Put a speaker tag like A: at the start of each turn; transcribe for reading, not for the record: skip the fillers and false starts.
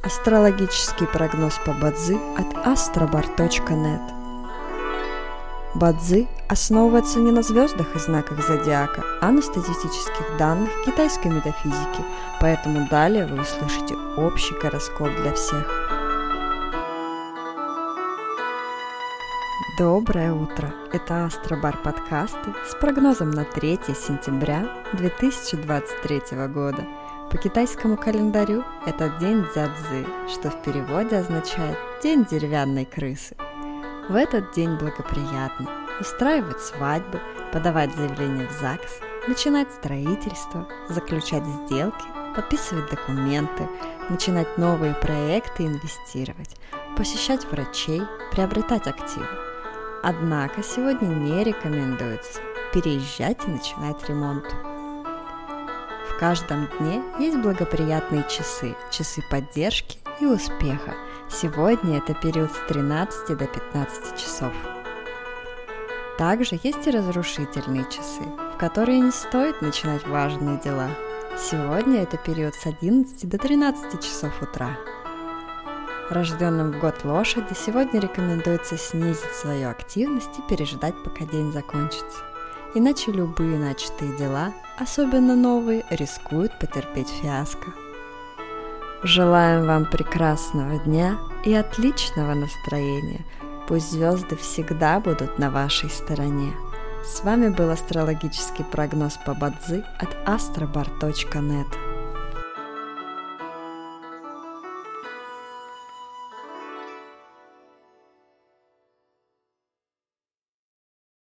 A: Астрологический прогноз по Бадзи от astrobar.net. Бадзи основывается не на звездах и знаках зодиака, а на статистических данных китайской метафизики, поэтому далее вы услышите общий гороскоп для всех. Доброе утро! Это Астробар подкасты с прогнозом на 3 сентября 2023 года. По китайскому календарю это день Дзядзи, что в переводе означает «день деревянной крысы». В этот день благоприятно устраивать свадьбы, подавать заявления в ЗАГС, начинать строительство, заключать сделки, подписывать документы, начинать новые проекты и инвестировать, посещать врачей, приобретать активы. Однако сегодня не рекомендуется переезжать и начинать ремонт. В каждом дне есть благоприятные часы поддержки и успеха. Сегодня это период с 13 до 15 часов. Также есть и разрушительные часы, в которые не стоит начинать важные дела. Сегодня это период с 11 до 13 часов утра. Рожденным в год лошади сегодня рекомендуется снизить свою активность и переждать, пока день закончится. Иначе любые начатые дела, особенно новые, рискуют потерпеть фиаско. Желаем вам прекрасного дня и отличного настроения. Пусть звезды всегда будут на вашей стороне. С вами был астрологический прогноз по Бадзи от astrobar.net.